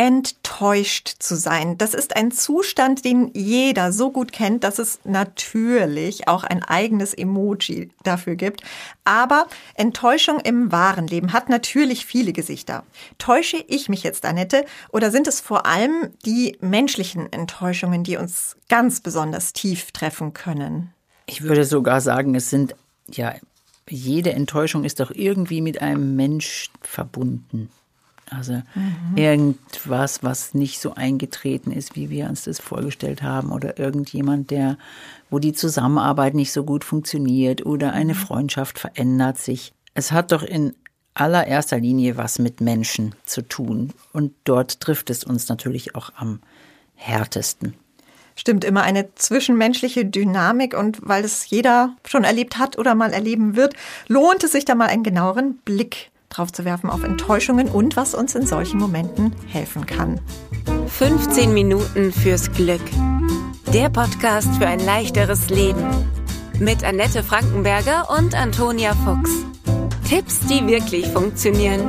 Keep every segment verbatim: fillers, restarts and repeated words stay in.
enttäuscht zu sein. Das ist ein Zustand, den jeder so gut kennt, dass es natürlich auch ein eigenes Emoji dafür gibt. Aber Enttäuschung im wahren Leben hat natürlich viele Gesichter. Täusche ich mich jetzt, Annette, oder sind es vor allem die menschlichen Enttäuschungen, die uns ganz besonders tief treffen können? Ich würde sogar sagen, es sind, ja, jede Enttäuschung ist doch irgendwie mit einem Mensch verbunden. Also mhm. irgendwas, was nicht so eingetreten ist, wie wir uns das vorgestellt haben, oder irgendjemand, der, wo die Zusammenarbeit nicht so gut funktioniert, oder eine Freundschaft verändert sich. Es hat doch in allererster Linie was mit Menschen zu tun, und dort trifft es uns natürlich auch am härtesten. Stimmt, immer eine zwischenmenschliche Dynamik, und weil es jeder schon erlebt hat oder mal erleben wird, lohnt es sich da mal einen genaueren Blick drauf zu werfen auf Enttäuschungen und was uns in solchen Momenten helfen kann. fünfzehn Minuten fürs Glück. Der Podcast für ein leichteres Leben. Mit Annette Frankenberger und Antonia Fuchs. Tipps, die wirklich funktionieren.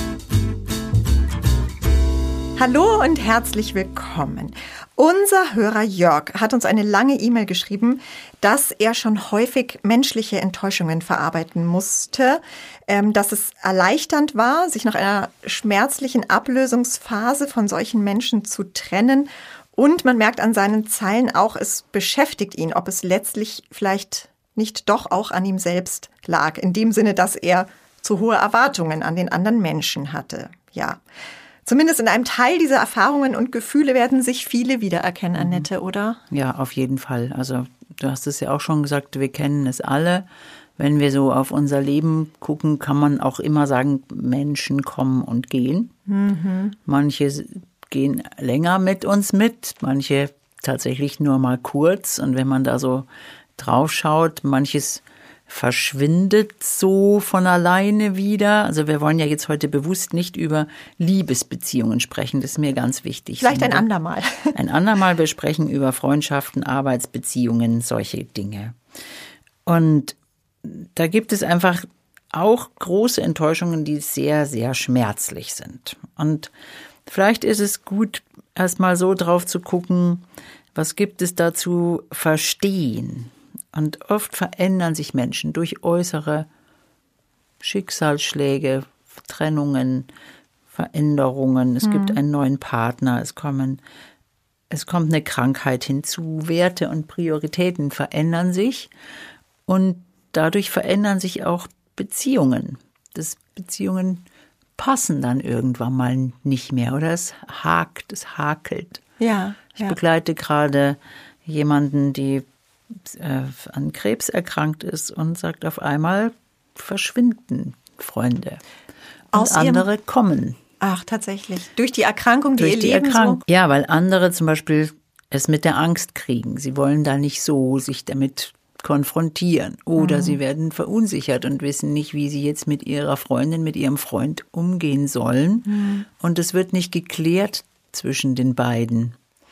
Hallo und herzlich willkommen. Unser Hörer Jörg hat uns eine lange E-Mail geschrieben, dass er schon häufig menschliche Enttäuschungen verarbeiten musste, ähm, dass es erleichternd war, sich nach einer schmerzlichen Ablösungsphase von solchen Menschen zu trennen. Und man merkt an seinen Zeilen auch, es beschäftigt ihn, ob es letztlich vielleicht nicht doch auch an ihm selbst lag. In dem Sinne, dass er zu hohe Erwartungen an den anderen Menschen hatte. Ja. Zumindest in einem Teil dieser Erfahrungen und Gefühle werden sich viele wiedererkennen, Annette, oder? Ja, auf jeden Fall. Also du hast es ja auch schon gesagt, wir kennen es alle. Wenn wir so auf unser Leben gucken, kann man auch immer sagen, Menschen kommen und gehen. Mhm. Manche gehen länger mit uns mit, manche tatsächlich nur mal kurz. Und wenn man da so drauf schaut, manches verschwindet so von alleine wieder. Also wir wollen ja jetzt heute bewusst nicht über Liebesbeziehungen sprechen, das ist mir ganz wichtig. Vielleicht ein andermal. Ein andermal, wir sprechen über Freundschaften, Arbeitsbeziehungen, solche Dinge. Und da gibt es einfach auch große Enttäuschungen, die sehr, sehr schmerzlich sind. Und vielleicht ist es gut, erstmal so drauf zu gucken, was gibt es da zu verstehen. Und oft verändern sich Menschen durch äußere Schicksalsschläge, Trennungen, Veränderungen. Es mhm. gibt einen neuen Partner, es kommen, es kommt eine Krankheit hinzu. Werte und Prioritäten verändern sich, und dadurch verändern sich auch Beziehungen. Das Beziehungen passen dann irgendwann mal nicht mehr, oder es hakt, es hakelt. Ja, ich ja. begleite gerade jemanden, die an Krebs erkrankt ist, und sagt, auf einmal verschwinden Freunde und Aus andere ihrem kommen. Ach, tatsächlich. Durch die Erkrankung, die Durch ihr die Leben Erkrankung. so? Ja, weil andere zum Beispiel es mit der Angst kriegen. Sie wollen da nicht so sich damit konfrontieren. Oder mhm. sie werden verunsichert und wissen nicht, wie sie jetzt mit ihrer Freundin, mit ihrem Freund umgehen sollen. Mhm. Und es wird nicht geklärt zwischen den beiden.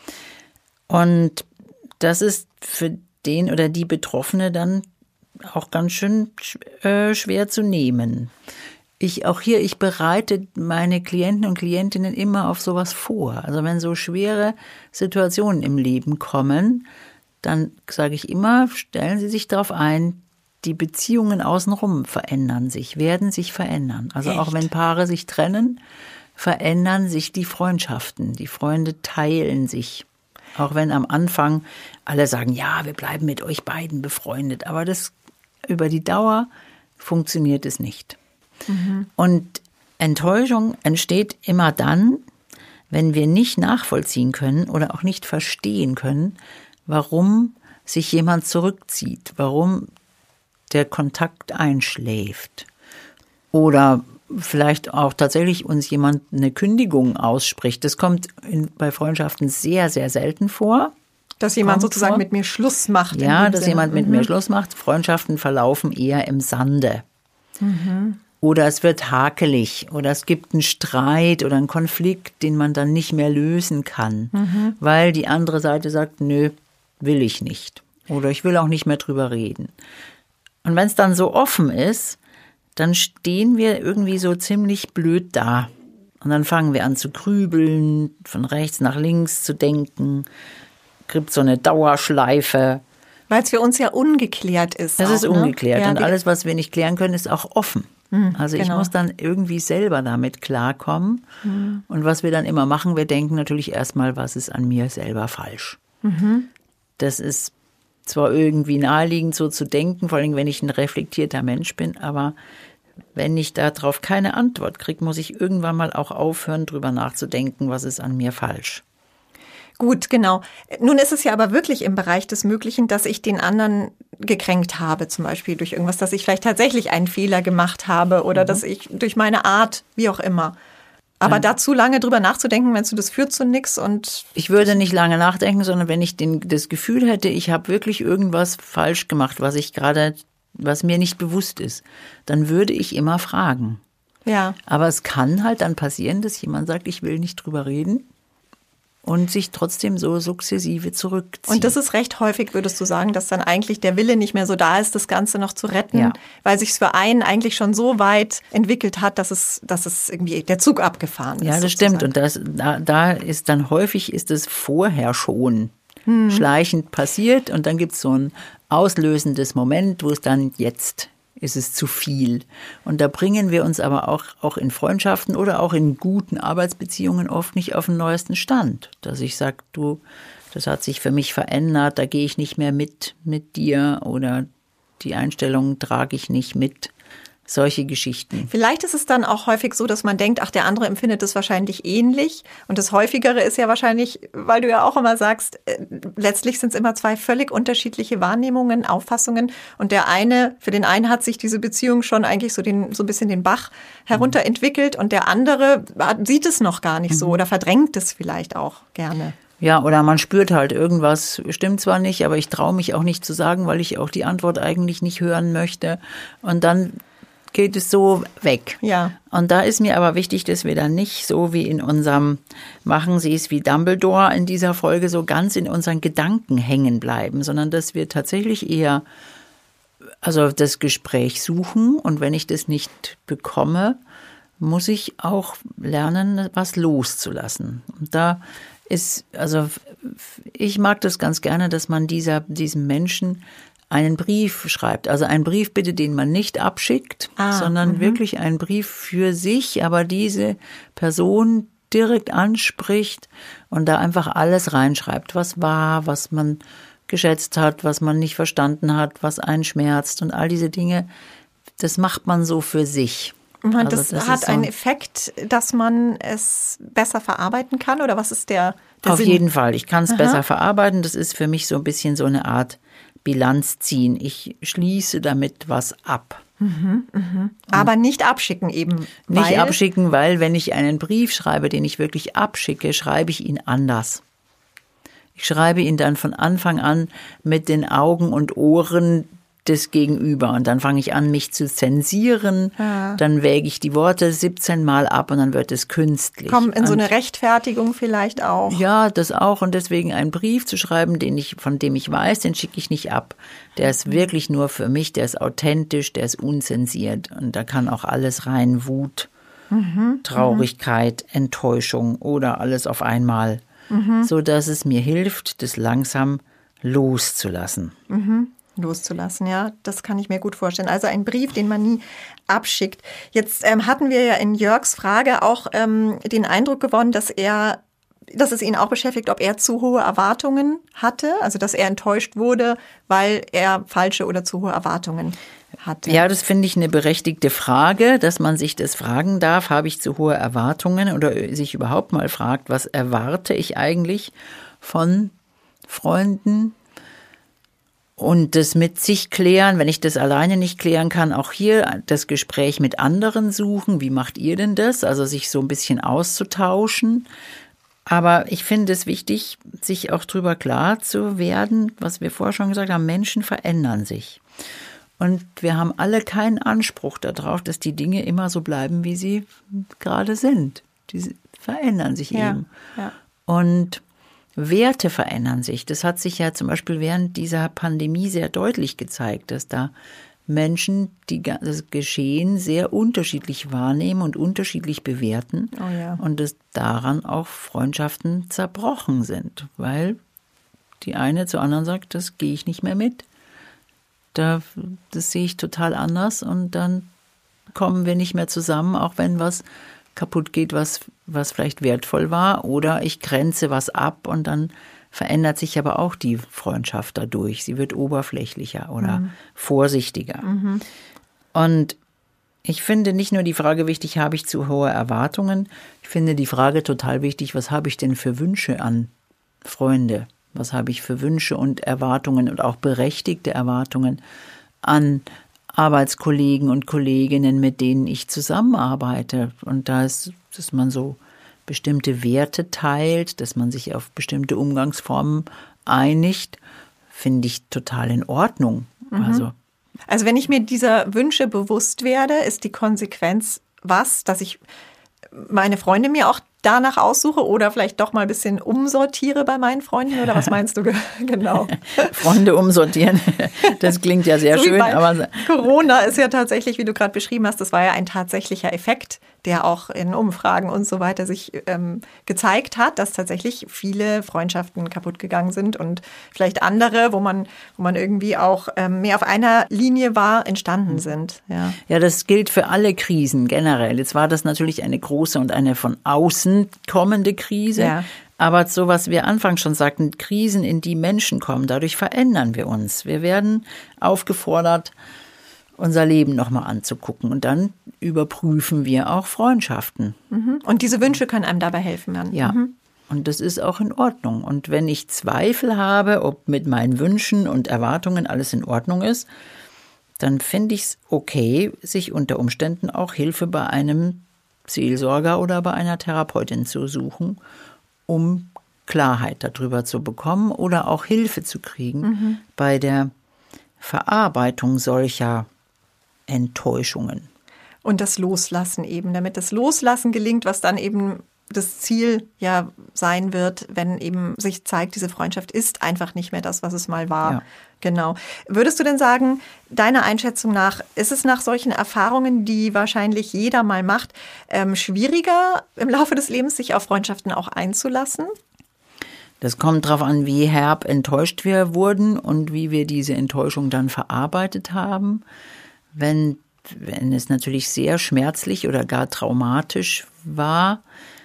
Und das ist für den oder die Betroffene dann auch ganz schön äh, schwer zu nehmen. Ich auch hier, ich bereite meine Klienten und Klientinnen immer auf sowas vor. Also wenn so schwere Situationen im Leben kommen, dann sage ich immer, stellen Sie sich darauf ein, die Beziehungen außenrum verändern sich, werden sich verändern. Also Echt? Auch wenn Paare sich trennen, verändern sich die Freundschaften. Die Freunde teilen sich. Auch wenn am Anfang alle sagen, ja, wir bleiben mit euch beiden befreundet. Aber das über die Dauer funktioniert es nicht. Mhm. Und Enttäuschung entsteht immer dann, wenn wir nicht nachvollziehen können oder auch nicht verstehen können, warum sich jemand zurückzieht, warum der Kontakt einschläft. Oder vielleicht auch tatsächlich uns jemand eine Kündigung ausspricht. Das kommt in, bei Freundschaften sehr, sehr selten vor. Dass jemand kommt sozusagen vor. mit mir Schluss macht. Ja, dass Sinne. jemand mit mhm. mir Schluss macht. Freundschaften verlaufen eher im Sande. Mhm. Oder es wird hakelig. Oder es gibt einen Streit oder einen Konflikt, den man dann nicht mehr lösen kann. Mhm. Weil die andere Seite sagt, nö, will ich nicht. Oder ich will auch nicht mehr drüber reden. Und wenn es dann so offen ist, dann stehen wir irgendwie so ziemlich blöd da Und dann fangen wir an zu grübeln, von rechts nach links zu denken, gibt so eine Dauerschleife. Weil es für uns ja ungeklärt ist. Das auch, ist ungeklärt. Ne? Ja, und alles, was wir nicht klären können, ist auch offen. Mhm, also ich genau. muss dann irgendwie selber damit klarkommen. Mhm. Und was wir dann immer machen, wir denken natürlich erstmal, was ist an mir selber falsch. Mhm. Das ist zwar irgendwie naheliegend so zu denken, vor allem wenn ich ein reflektierter Mensch bin, aber wenn ich darauf keine Antwort kriege, muss ich irgendwann mal auch aufhören, drüber nachzudenken, was ist an mir falsch. Gut, genau. Nun ist es ja aber wirklich im Bereich des Möglichen, dass ich den anderen gekränkt habe, zum Beispiel durch irgendwas, dass ich vielleicht tatsächlich einen Fehler gemacht habe oder mhm. dass ich durch meine Art, wie auch immer. Aber Dann, dazu lange drüber nachzudenken, meinst du, das führt zu nichts? Und ich würde nicht lange nachdenken, sondern wenn ich den, das Gefühl hätte, ich habe wirklich irgendwas falsch gemacht, was ich gerade, was mir nicht bewusst ist, dann würde ich immer fragen. Ja. Aber es kann halt dann passieren, dass jemand sagt, ich will nicht drüber reden. Und sich trotzdem so sukzessive zurückziehen. Und das ist recht häufig, würdest du sagen, dass dann eigentlich der Wille nicht mehr so da ist, das Ganze noch zu retten, ja. weil sich es für einen eigentlich schon so weit entwickelt hat, dass es, dass es irgendwie der Zug abgefahren ist. Ja, das sozusagen. Stimmt. Und das, da, da ist dann häufig ist es vorher schon hm. schleichend passiert und dann gibt es so ein auslösendes Moment, wo es dann jetzt ist es zu viel. Und da bringen wir uns aber auch, auch in Freundschaften oder auch in guten Arbeitsbeziehungen oft nicht auf den neuesten Stand. Dass ich sage, du, das hat sich für mich verändert, da gehe ich nicht mehr mit mit dir oder die Einstellung trage ich nicht mit. Solche Geschichten. Vielleicht ist es dann auch häufig so, dass man denkt, ach, der andere empfindet es wahrscheinlich ähnlich. Und das Häufigere ist ja wahrscheinlich, weil du ja auch immer sagst, äh, letztlich sind es immer zwei völlig unterschiedliche Wahrnehmungen, Auffassungen. Und der eine, für den einen hat sich diese Beziehung schon eigentlich so, den, so ein bisschen den Bach herunterentwickelt und der andere sieht es noch gar nicht mhm. so oder verdrängt es vielleicht auch gerne. Ja, oder man spürt halt, irgendwas stimmt zwar nicht, aber ich traue mich auch nicht zu sagen, weil ich auch die Antwort eigentlich nicht hören möchte. Und dann geht es so weg. Ja. Und da ist mir aber wichtig, dass wir dann nicht so wie in unserem Machen Sie es wie Dumbledore in dieser Folge so ganz in unseren Gedanken hängen bleiben, sondern dass wir tatsächlich eher also das Gespräch suchen und wenn ich das nicht bekomme, muss ich auch lernen, was loszulassen. Und da ist, also ich mag das ganz gerne, dass man dieser, diesem Menschen einen Brief schreibt. Also einen Brief bitte, den man nicht abschickt, ah, sondern m-hmm. wirklich einen Brief für sich, aber diese Person direkt anspricht und da einfach alles reinschreibt, was war, was man geschätzt hat, was man nicht verstanden hat, was einen schmerzt und all diese Dinge, das macht man so für sich. Und also das, das hat so einen Effekt, dass man es besser verarbeiten kann oder was ist der, der Auf Sinn? jeden Fall, ich kann es besser verarbeiten. Das ist für mich so ein bisschen so eine Art Bilanz ziehen. Ich schließe damit was ab. Mhm, mhm. Aber nicht abschicken eben. Nicht weil abschicken, weil wenn ich einen Brief schreibe, den ich wirklich abschicke, schreibe ich ihn anders. Ich schreibe ihn dann von Anfang an mit den Augen und Ohren des Gegenüber. Und dann fange ich an, mich zu zensieren. Ja. Dann wäge ich die Worte siebzehn Mal ab und dann wird es künstlich. Kommen in so eine Rechtfertigung vielleicht auch. Ja, das auch. Und deswegen einen Brief zu schreiben, den ich, von dem ich weiß, den schicke ich nicht ab. Der ist wirklich nur für mich, der ist authentisch, der ist unzensiert. Und da kann auch alles rein, Wut, mhm. Traurigkeit, mhm. Enttäuschung oder alles auf einmal. Mhm. So dass es mir hilft, das langsam loszulassen. Mhm. Loszulassen, ja, das kann ich mir gut vorstellen. Also ein Brief, den man nie abschickt. Jetzt ähm, hatten wir ja in Jörgs Frage auch ähm, den Eindruck gewonnen, dass er, dass es ihn auch beschäftigt, ob er zu hohe Erwartungen hatte, also dass er enttäuscht wurde, weil er falsche oder zu hohe Erwartungen hatte. Ja, das finde ich eine berechtigte Frage, dass man sich das fragen darf, habe ich zu hohe Erwartungen oder sich überhaupt mal fragt, was erwarte ich eigentlich von Freunden? Und das mit sich klären, wenn ich das alleine nicht klären kann, auch hier das Gespräch mit anderen suchen. Wie macht ihr denn das? Also sich so ein bisschen auszutauschen. Aber ich finde es wichtig, sich auch drüber klar zu werden, was wir vorher schon gesagt haben, Menschen verändern sich. Und wir haben alle keinen Anspruch darauf, dass die Dinge immer so bleiben, wie sie gerade sind. Die verändern sich ja, eben. Ja. Und Werte verändern sich. Das hat sich ja zum Beispiel während dieser Pandemie sehr deutlich gezeigt, dass da Menschen, die das Geschehen sehr unterschiedlich wahrnehmen und unterschiedlich bewerten. Oh ja. Und dass daran auch Freundschaften zerbrochen sind, weil die eine zur anderen sagt, das gehe ich nicht mehr mit. Da, das sehe ich total anders und dann kommen wir nicht mehr zusammen, auch wenn was kaputt geht, was, was vielleicht wertvoll war, oder ich grenze was ab und dann verändert sich aber auch die Freundschaft dadurch. Sie wird oberflächlicher oder mhm. vorsichtiger. Mhm. Und ich finde nicht nur die Frage wichtig, habe ich zu hohe Erwartungen? Ich finde die Frage total wichtig, was habe ich denn für Wünsche an Freunde? Was habe ich für Wünsche und Erwartungen und auch berechtigte Erwartungen an Arbeitskollegen und Kolleginnen, mit denen ich zusammenarbeite? Und da ist, dass man so bestimmte Werte teilt, dass man sich auf bestimmte Umgangsformen einigt, finde ich total in Ordnung. Mhm. Also, also wenn ich mir dieser Wünsche bewusst werde, ist die Konsequenz was, dass ich meine Freunde mir auch danach aussuche oder vielleicht doch mal ein bisschen umsortiere bei meinen Freunden, oder was meinst du genau? Freunde umsortieren, das klingt ja sehr so schön. Aber Corona ist ja tatsächlich, wie du gerade beschrieben hast, das war ja ein tatsächlicher Effekt, der auch in Umfragen und so weiter sich ähm, gezeigt hat, dass tatsächlich viele Freundschaften kaputt gegangen sind und vielleicht andere, wo man, wo man irgendwie auch ähm, mehr auf einer Linie war, entstanden sind. Ja. ja, das gilt für alle Krisen generell. Jetzt war das natürlich eine große und eine von außen kommende Krise. Ja. Aber so, was wir anfangs schon sagten, Krisen, in die Menschen kommen, dadurch verändern wir uns. Wir werden aufgefordert, unser Leben nochmal anzugucken. Und dann überprüfen wir auch Freundschaften. Mhm. Und diese Wünsche können einem dabei helfen dann. Ja, mhm. Und das ist auch in Ordnung. Und wenn ich Zweifel habe, ob mit meinen Wünschen und Erwartungen alles in Ordnung ist, dann finde ich es okay, sich unter Umständen auch Hilfe bei einem Seelsorger oder bei einer Therapeutin zu suchen, um Klarheit darüber zu bekommen oder auch Hilfe zu kriegen mhm. bei der Verarbeitung solcher Enttäuschungen. Und das Loslassen eben, damit das Loslassen gelingt, was dann eben das Ziel ja sein wird, wenn eben sich zeigt, diese Freundschaft ist einfach nicht mehr das, was es mal war. Ja. Genau. Würdest du denn sagen, deiner Einschätzung nach, ist es nach solchen Erfahrungen, die wahrscheinlich jeder mal macht, ähm, schwieriger im Laufe des Lebens, sich auf Freundschaften auch einzulassen? Das kommt darauf an, wie herb enttäuscht wir wurden und wie wir diese Enttäuschung dann verarbeitet haben. Wenn, wenn es natürlich sehr schmerzlich oder gar traumatisch war,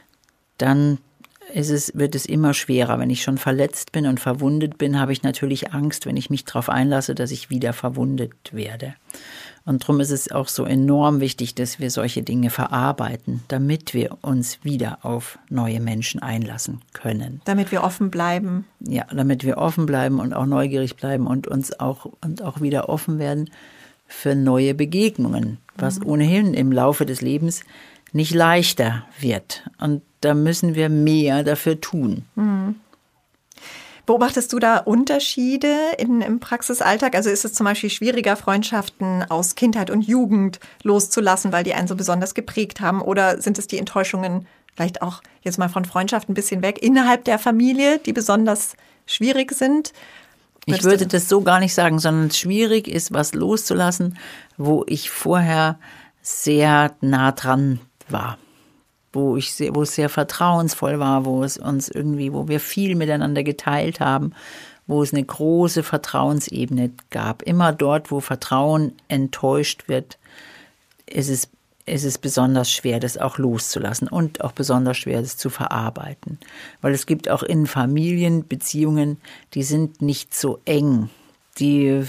dann ist es, wird es immer schwerer. Wenn ich schon verletzt bin und verwundet bin, habe ich natürlich Angst, wenn ich mich darauf einlasse, dass ich wieder verwundet werde. Und darum ist es auch so enorm wichtig, dass wir solche Dinge verarbeiten, damit wir uns wieder auf neue Menschen einlassen können. Damit wir offen bleiben. Ja, damit wir offen bleiben und auch neugierig bleiben und uns auch, und auch wieder offen werden für neue Begegnungen, was mhm. ohnehin im Laufe des Lebens nicht leichter wird. Und da müssen wir mehr dafür tun. Mhm. Beobachtest du da Unterschiede in, im Praxisalltag? Also ist es zum Beispiel schwieriger, Freundschaften aus Kindheit und Jugend loszulassen, weil die einen so besonders geprägt haben? Oder sind es die Enttäuschungen, vielleicht auch jetzt mal von Freundschaften ein bisschen weg, innerhalb der Familie, die besonders schwierig sind? Ich würde das so gar nicht sagen, sondern schwierig ist, was loszulassen, wo ich vorher sehr nah dran war. Wo ich sehr, wo es sehr vertrauensvoll war, wo es uns irgendwie, wo wir viel miteinander geteilt haben, wo es eine große Vertrauensebene gab. Immer dort, wo Vertrauen enttäuscht wird, ist es, ist es besonders schwer, das auch loszulassen und auch besonders schwer, das zu verarbeiten. Weil es gibt auch in Familien Beziehungen, die sind nicht so eng, die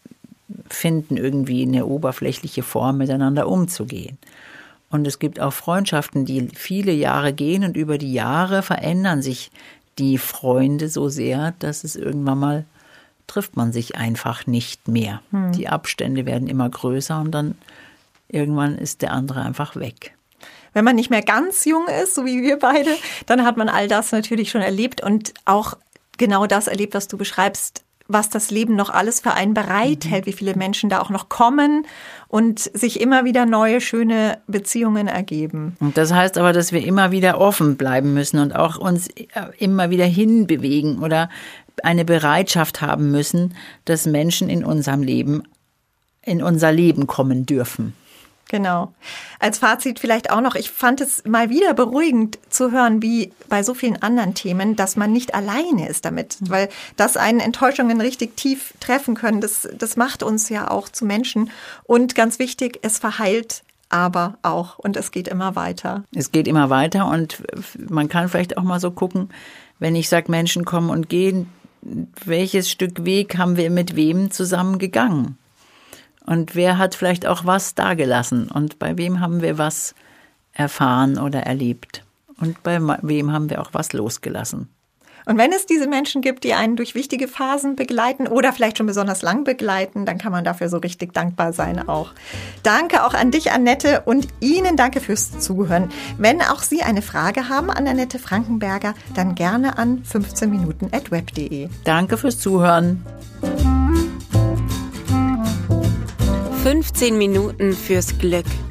finden irgendwie eine oberflächliche Form, miteinander umzugehen. Und es gibt auch Freundschaften, die viele Jahre gehen und über die Jahre verändern sich die Freunde so sehr, dass es irgendwann mal trifft man sich einfach nicht mehr. Hm. Die Abstände werden immer größer und dann irgendwann ist der andere einfach weg. Wenn man nicht mehr ganz jung ist, so wie wir beide, dann hat man all das natürlich schon erlebt und auch genau das erlebt, was du beschreibst, was das Leben noch alles für einen bereithält, wie viele Menschen da auch noch kommen und sich immer wieder neue, schöne Beziehungen ergeben. Und das heißt aber, dass wir immer wieder offen bleiben müssen und auch uns immer wieder hinbewegen oder eine Bereitschaft haben müssen, dass Menschen in unserem Leben in unser Leben kommen dürfen. Genau. Als Fazit vielleicht auch noch, ich fand es mal wieder beruhigend zu hören, wie bei so vielen anderen Themen, dass man nicht alleine ist damit, weil das einen Enttäuschungen richtig tief treffen können. Das, das macht uns ja auch zu Menschen. Und ganz wichtig, es verheilt aber auch und es geht immer weiter. Es geht immer weiter und man kann vielleicht auch mal so gucken, wenn ich sage, Menschen kommen und gehen, welches Stück Weg haben wir mit wem zusammen gegangen? Und wer hat vielleicht auch was dagelassen? Und bei wem haben wir was erfahren oder erlebt? Und bei wem haben wir auch was losgelassen? Und wenn es diese Menschen gibt, die einen durch wichtige Phasen begleiten oder vielleicht schon besonders lang begleiten, dann kann man dafür so richtig dankbar sein auch. Danke auch an dich, Annette, und Ihnen danke fürs Zuhören. Wenn auch Sie eine Frage haben an Annette Frankenberger, dann gerne an fünfzehn minuten at web punkt de. Danke fürs Zuhören. fünfzehn Minuten fürs Glück.